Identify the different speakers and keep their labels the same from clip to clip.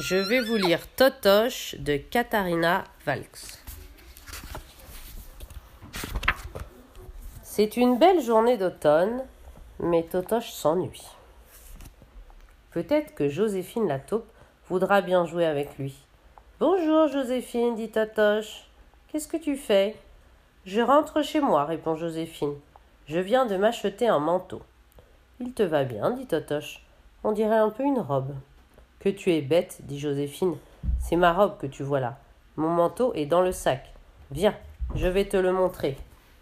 Speaker 1: Je vais vous lire Totoche de Katharina Valks. C'est une belle journée d'automne, mais Totoche s'ennuie. Peut-être que Joséphine la taupe voudra bien jouer avec lui. « Bonjour Joséphine, dit Totoche. Qu'est-ce que tu fais ?»« Je rentre chez moi, répond Joséphine. Je viens de m'acheter un manteau. »« Il te va bien, dit Totoche. On dirait un peu une robe. »« Que tu es bête, dit Joséphine. C'est ma robe que tu vois là. Mon manteau est dans le sac. Viens, je vais te le montrer. »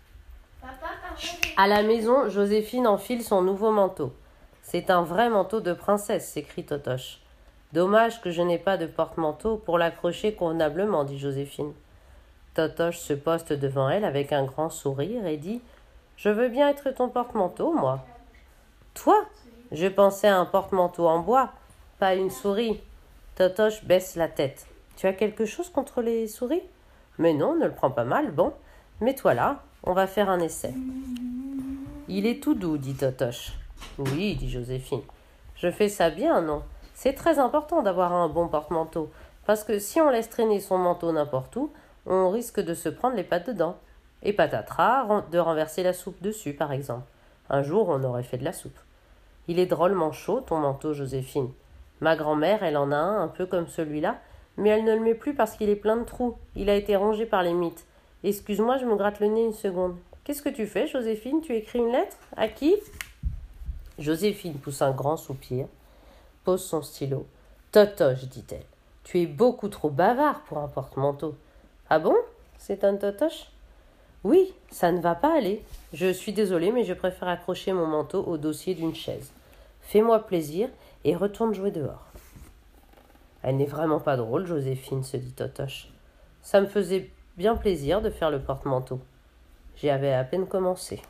Speaker 1: À la maison, Joséphine enfile son nouveau manteau. « C'est un vrai manteau de princesse, s'écrie Totoche. Dommage que je n'ai pas de porte-manteau pour l'accrocher convenablement, dit Joséphine. Totoche se poste devant elle avec un grand sourire et dit « Je veux bien être ton porte-manteau, moi. »« Toi ? Je pensais à un porte-manteau en bois, pas à une souris. » Totoche baisse la tête. « Tu as quelque chose contre les souris ? » ?»« Mais non, ne le prends pas mal, bon. Mets-toi là, on va faire un essai. »« Il est tout doux, dit Totoche. »« Oui, dit Joséphine. Je fais ça bien, non ? C'est très important d'avoir un bon porte-manteau, parce que si on laisse traîner son manteau n'importe où, on risque de se prendre les pattes dedans. Et patatras, de renverser la soupe dessus, par exemple. Un jour, on aurait fait de la soupe. Il est drôlement chaud, ton manteau, Joséphine. Ma grand-mère, elle en a un peu comme celui-là, mais elle ne le met plus parce qu'il est plein de trous. Il a été rongé par les mites. Excuse-moi, je me gratte le nez une seconde. Qu'est-ce que tu fais, Joséphine ? Tu écris une lettre ? À qui ? Joséphine pousse un grand soupir, pose son stylo. Totoche, dit-elle, tu es beaucoup trop bavard pour un porte-manteau. Ah bon ? S'étonne Totoche. Oui, ça ne va pas aller. Je suis désolée, mais je préfère accrocher mon manteau au dossier d'une chaise. Fais-moi plaisir et retourne jouer dehors. Elle n'est vraiment pas drôle, Joséphine, se dit Totoche. Ça me faisait bien plaisir de faire le porte-manteau. J'y avais à peine commencé.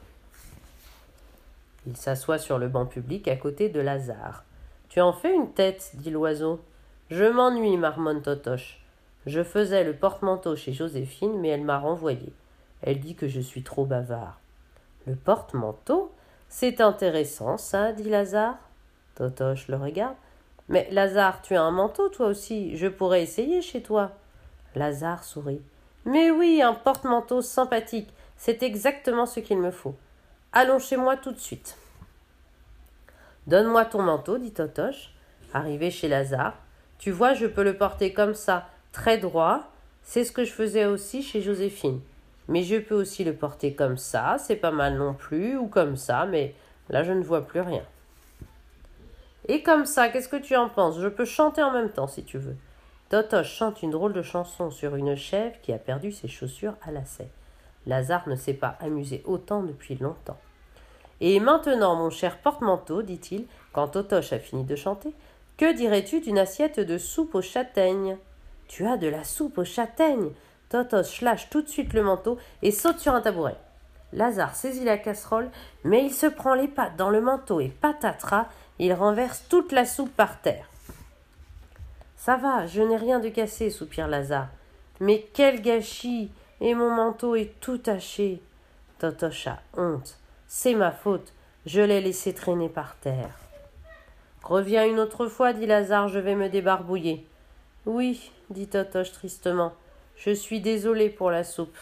Speaker 1: Il s'assoit sur le banc public à côté de Lazare. Tu en fais une tête, dit l'oiseau. Je m'ennuie, marmonne Totoche. Je faisais le porte-manteau chez Joséphine, mais elle m'a renvoyé. Elle dit que je suis trop bavard. Le porte-manteau ? C'est intéressant, ça, dit Lazare. Totoche le regarde. Mais Lazare, tu as un manteau, toi aussi. Je pourrais essayer chez toi. Lazare sourit. Mais oui, un porte-manteau sympathique. C'est exactement ce qu'il me faut. Allons chez moi tout de suite. Donne-moi ton manteau, dit Totoche. Arrivé chez Lazare. Tu vois, je peux le porter comme ça, très droit. C'est ce que je faisais aussi chez Joséphine. Mais je peux aussi le porter comme ça, c'est pas mal non plus, ou comme ça, mais là je ne vois plus rien. Et comme ça, qu'est-ce que tu en penses ? Je peux chanter en même temps si tu veux. Totoche chante une drôle de chanson sur une chèvre qui a perdu ses chaussures à lacets. Lazare ne s'est pas amusé autant depuis longtemps. Et maintenant, mon cher porte-manteau, dit-il, quand Totoche a fini de chanter, que dirais-tu d'une assiette de soupe aux châtaignes ? Tu as de la soupe aux châtaignes ? Totoche lâche tout de suite le manteau et saute sur un tabouret. Lazare saisit la casserole, mais il se prend les pattes dans le manteau et patatras, il renverse toute la soupe par terre. Ça va, je n'ai rien de cassé, soupire Lazare. Mais quel gâchis ! Et mon manteau est tout taché. Totoche a honte. C'est ma faute, je l'ai laissé traîner par terre. Reviens une autre fois, dit Lazare, je vais me débarbouiller. Oui, dit Totoche tristement, je suis désolé pour la soupe.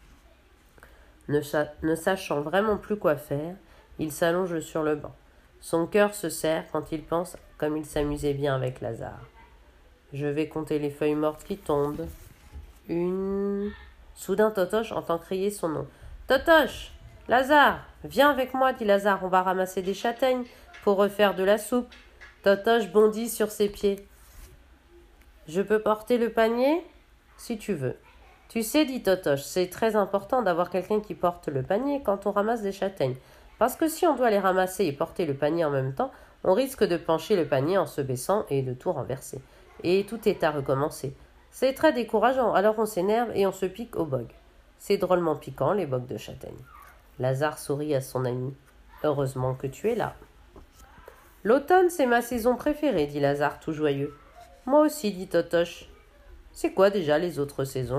Speaker 1: Ne sachant vraiment plus quoi faire, il s'allonge sur le banc. Son cœur se serre quand il pense comme il s'amusait bien avec Lazare. Je vais compter les feuilles mortes qui tombent. Une... Soudain Totoche entend crier son nom. Totoche ! Lazare ! Viens avec moi, dit Lazare, on va ramasser des châtaignes pour refaire de la soupe. Totoche bondit sur ses pieds. Je peux porter le panier ? Si tu veux. Tu sais, dit Totoche, c'est très important d'avoir quelqu'un qui porte le panier quand on ramasse des châtaignes. Parce que si on doit les ramasser et porter le panier en même temps, on risque de pencher le panier en se baissant et de tout renverser. Et tout est à recommencer. C'est très décourageant, alors on s'énerve et on se pique au bog. C'est drôlement piquant, les bogs de châtaignes. Lazare sourit à son ami. Heureusement que tu es là. L'automne, c'est ma saison préférée, dit Lazare tout joyeux. Moi aussi, dit Totoche. C'est quoi déjà les autres saisons ?